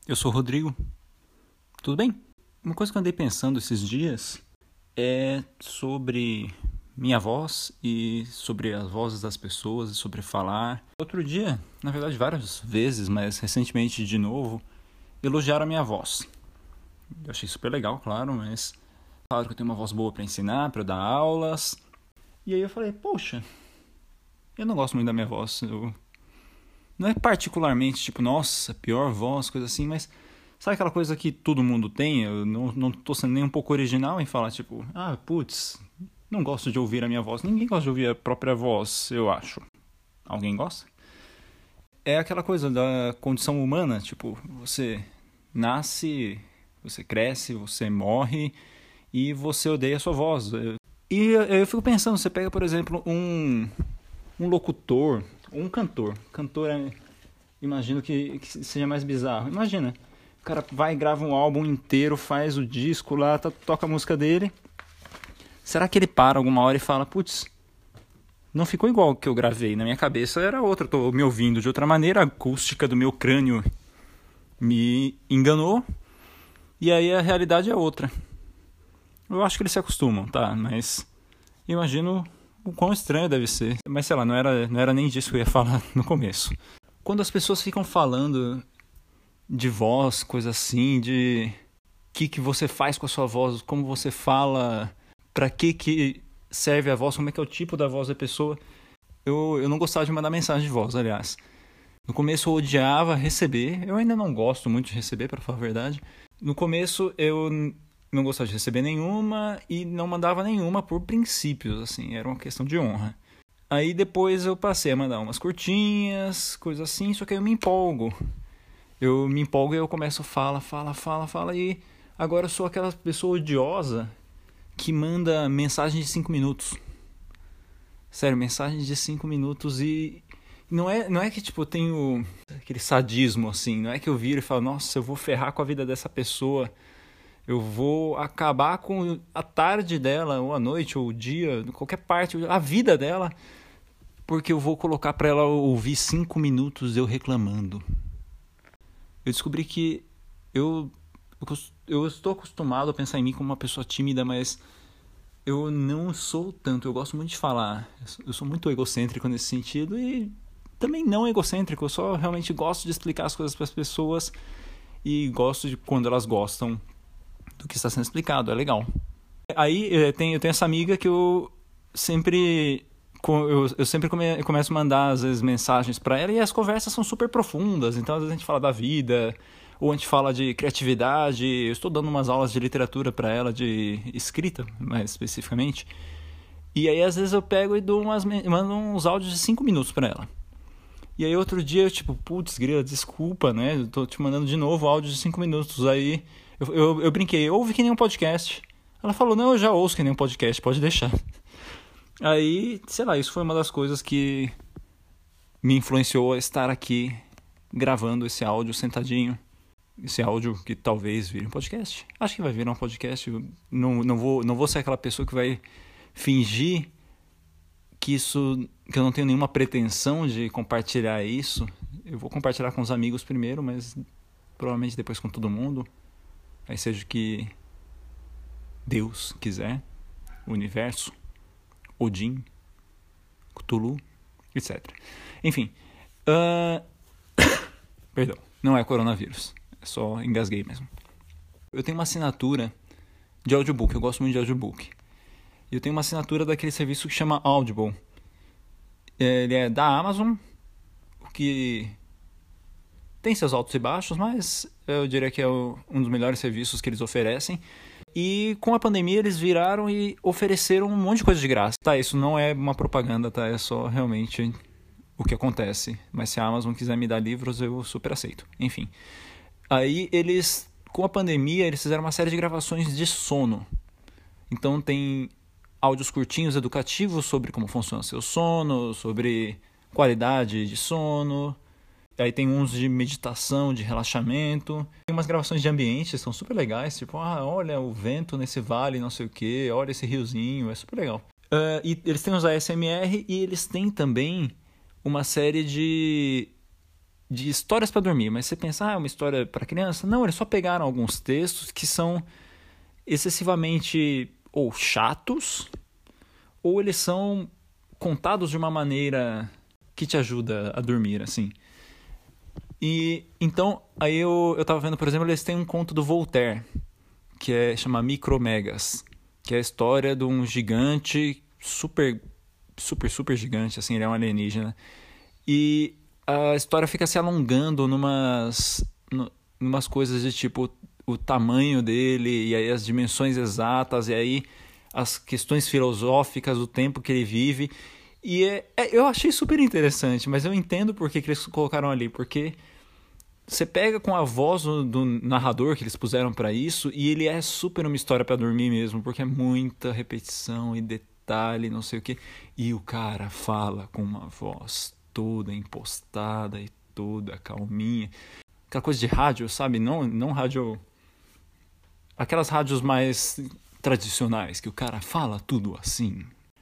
Eu sou o Rodrigo, tudo bem? Uma coisa que eu andei pensando esses dias é sobre minha voz e sobre as vozes das pessoas e sobre falar. Outro dia, na verdade várias vezes, mas recentemente de novo, elogiaram a minha voz. Eu achei super legal, claro, mas falaram que eu tenho uma voz boa para ensinar, para dar aulas. E aí eu falei, poxa, eu não gosto muito da minha voz. Não é particularmente tipo, nossa, pior voz, coisa assim, mas sabe aquela coisa que todo mundo tem? Eu não tô sendo nem um pouco original em falar tipo, putz, não gosto de ouvir a minha voz. Ninguém gosta de ouvir a própria voz, eu acho. Alguém gosta? É aquela coisa da condição humana, tipo, você nasce, você cresce, você morre e você odeia a sua voz. E eu fico pensando, você pega, por exemplo, um locutor, ou um cantor. Cantor, imagino que seja mais bizarro. Imagina, o cara vai e grava um álbum inteiro, faz o disco lá, toca a música dele. Será que ele para alguma hora e fala, putz, não ficou igual o que eu gravei? Na minha cabeça era outra, eu tô me ouvindo de outra maneira, a acústica do meu crânio me enganou, e aí a realidade é outra. Eu acho que eles se acostumam, tá? Mas imagino o quão estranho deve ser. Mas sei lá, não era nem disso que eu ia falar no começo. Quando as pessoas ficam falando de voz, coisa assim, de o que você faz com a sua voz, como você fala, pra que serve a voz, como é que é o tipo da voz da pessoa. Eu não gostava de mandar mensagem de voz, aliás. No começo eu odiava receber, eu ainda não gosto muito de receber, pra falar a verdade. No começo eu não gostava de receber nenhuma e não mandava nenhuma por princípios, assim, era uma questão de honra. Aí depois eu passei a mandar umas curtinhas, coisas assim, só que aí eu me empolgo. Eu me empolgo e eu começo fala e agora eu sou aquela pessoa odiosa que manda mensagem de 5 minutos. Sério, mensagem de 5 minutos e não é que tipo eu tenho aquele sadismo assim, não é que eu viro e falo, nossa, eu vou ferrar com a vida dessa pessoa. Eu vou acabar com a tarde dela, ou a noite, ou o dia, qualquer parte, a vida dela, porque eu vou colocar para ela ouvir 5 minutos eu reclamando. Eu descobri que eu estou acostumado a pensar em mim como uma pessoa tímida, mas eu não sou tanto. Eu gosto muito de falar. Eu sou muito egocêntrico nesse sentido e também não egocêntrico. Eu só realmente gosto de explicar as coisas para as pessoas e gosto de quando elas gostam do que está sendo explicado, é legal. Aí eu tenho essa amiga que eu sempre começo a mandar às vezes mensagens para ela e as conversas são super profundas, então às vezes a gente fala da vida, ou a gente fala de criatividade. Eu estou dando umas aulas de literatura para ela, de escrita mais especificamente, e aí às vezes eu pego e mando uns áudios de 5 minutos para ela. E aí outro dia eu tipo, putz, grila, desculpa, né, eu tô te mandando de novo áudio de 5 minutos, aí eu brinquei, ouve que nem um podcast. Ela falou, não, eu já ouço que nem um podcast, pode deixar. Aí, sei lá, isso foi uma das coisas que me influenciou a estar aqui gravando esse áudio sentadinho. Esse áudio que talvez vire um podcast. Acho que vai virar um podcast. Eu não vou ser aquela pessoa que vai fingir que eu não tenho nenhuma pretensão de compartilhar isso. Eu vou compartilhar com os amigos primeiro, mas provavelmente depois com todo mundo. Aí seja o que Deus quiser, o universo, Odin, Cthulhu, etc. Enfim, perdão, não é coronavírus, é só engasguei mesmo. Eu tenho uma assinatura de audiobook, eu gosto muito de audiobook. Eu tenho uma assinatura daquele serviço que chama Audible. Ele é da Amazon, o que tem seus altos e baixos, mas eu diria que é um dos melhores serviços que eles oferecem. E com a pandemia eles viraram e ofereceram um monte de coisa de graça. Tá, isso não é uma propaganda, tá? É só realmente o que acontece. Mas se a Amazon quiser me dar livros, eu super aceito. Enfim. Aí eles, com a pandemia, eles fizeram uma série de gravações de sono. Então tem áudios curtinhos educativos sobre como funciona seu sono, sobre qualidade de sono. Aí tem uns de meditação, de relaxamento. Tem umas gravações de ambiente, são super legais. Tipo, olha o vento nesse vale, não sei o que. Olha esse riozinho, é super legal. E eles têm os ASMR e eles têm também uma série de de histórias para dormir, mas você pensa, é uma história para criança? Não, eles só pegaram alguns textos que são excessivamente ou chatos, ou eles são contados de uma maneira que te ajuda a dormir, assim. E então, aí eu tava vendo, por exemplo, eles têm um conto do Voltaire, que chama Micromegas, que é a história de um gigante super gigante, assim, ele é um alienígena. E a história fica se alongando numas coisas de tipo o tamanho dele, e aí as dimensões exatas, e aí as questões filosóficas, o tempo que ele vive. E eu achei super interessante, mas eu entendo por que eles colocaram ali, porque você pega com a voz do narrador que eles puseram pra isso, e ele é super uma história pra dormir mesmo, porque é muita repetição e detalhe, não sei o que. E o cara fala com uma voz toda impostada e toda calminha. Aquela coisa de rádio, sabe? Não rádio... Aquelas rádios mais tradicionais, que o cara fala tudo assim.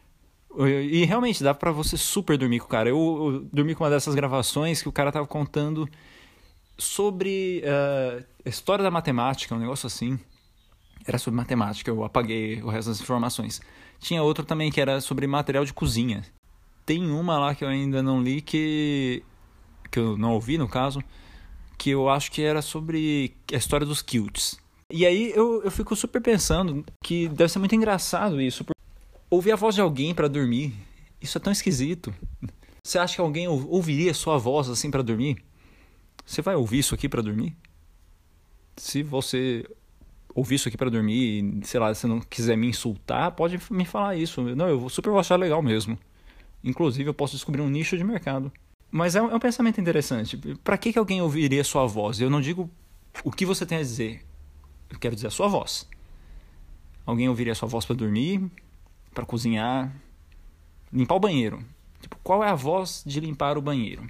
E realmente dá pra você super dormir com o cara. Eu dormi com uma dessas gravações que o cara tava contando sobre a história da matemática, um negócio assim. Era sobre matemática, eu apaguei o resto das informações. Tinha outro também que era sobre material de cozinha. Tem uma lá que eu ainda não li que eu não ouvi, no caso, que eu acho que era sobre a história dos kilts. E aí eu fico super pensando que deve ser muito engraçado isso. Ouvir a voz de alguém pra dormir, isso é tão esquisito. Você acha que alguém ouviria sua voz assim pra dormir? Você vai ouvir isso aqui pra dormir? Se você ouvir isso aqui pra dormir e, sei lá, se não quiser me insultar, pode me falar isso. Não, eu super vou achar legal mesmo. Inclusive, eu posso descobrir um nicho de mercado. Mas é um pensamento interessante. Pra que alguém ouviria sua voz? Eu não digo o que você tem a dizer. Eu quero dizer a sua voz. Alguém ouviria a sua voz pra dormir, pra cozinhar, limpar o banheiro. Tipo, qual é a voz de limpar o banheiro?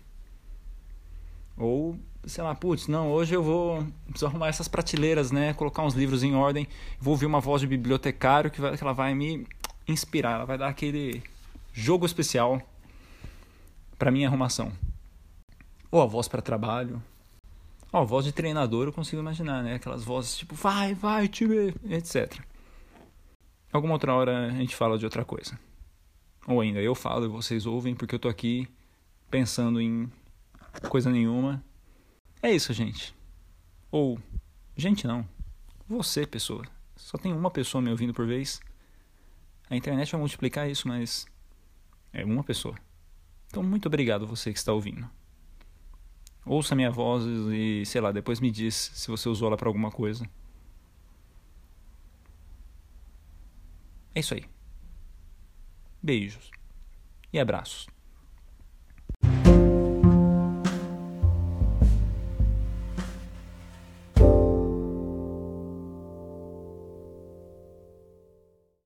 Ou, sei lá, putz, não, hoje eu preciso arrumar essas prateleiras, né? Colocar uns livros em ordem. Vou ouvir uma voz de bibliotecário que ela vai me inspirar. Ela vai dar aquele jogo especial pra minha arrumação. Ou a voz pra trabalho. Ó, a voz de treinador eu consigo imaginar, né? Aquelas vozes tipo, vai, time, etc. Alguma outra hora a gente fala de outra coisa. Ou ainda eu falo e vocês ouvem porque eu tô aqui pensando em coisa nenhuma. É isso, gente. Ou, gente não. Você, pessoa. Só tem uma pessoa me ouvindo por vez. A internet vai multiplicar isso, mas é uma pessoa. Então, muito obrigado você que está ouvindo. Ouça minha voz e, sei lá, depois me diz se você usou ela para alguma coisa. É isso aí. Beijos e abraços.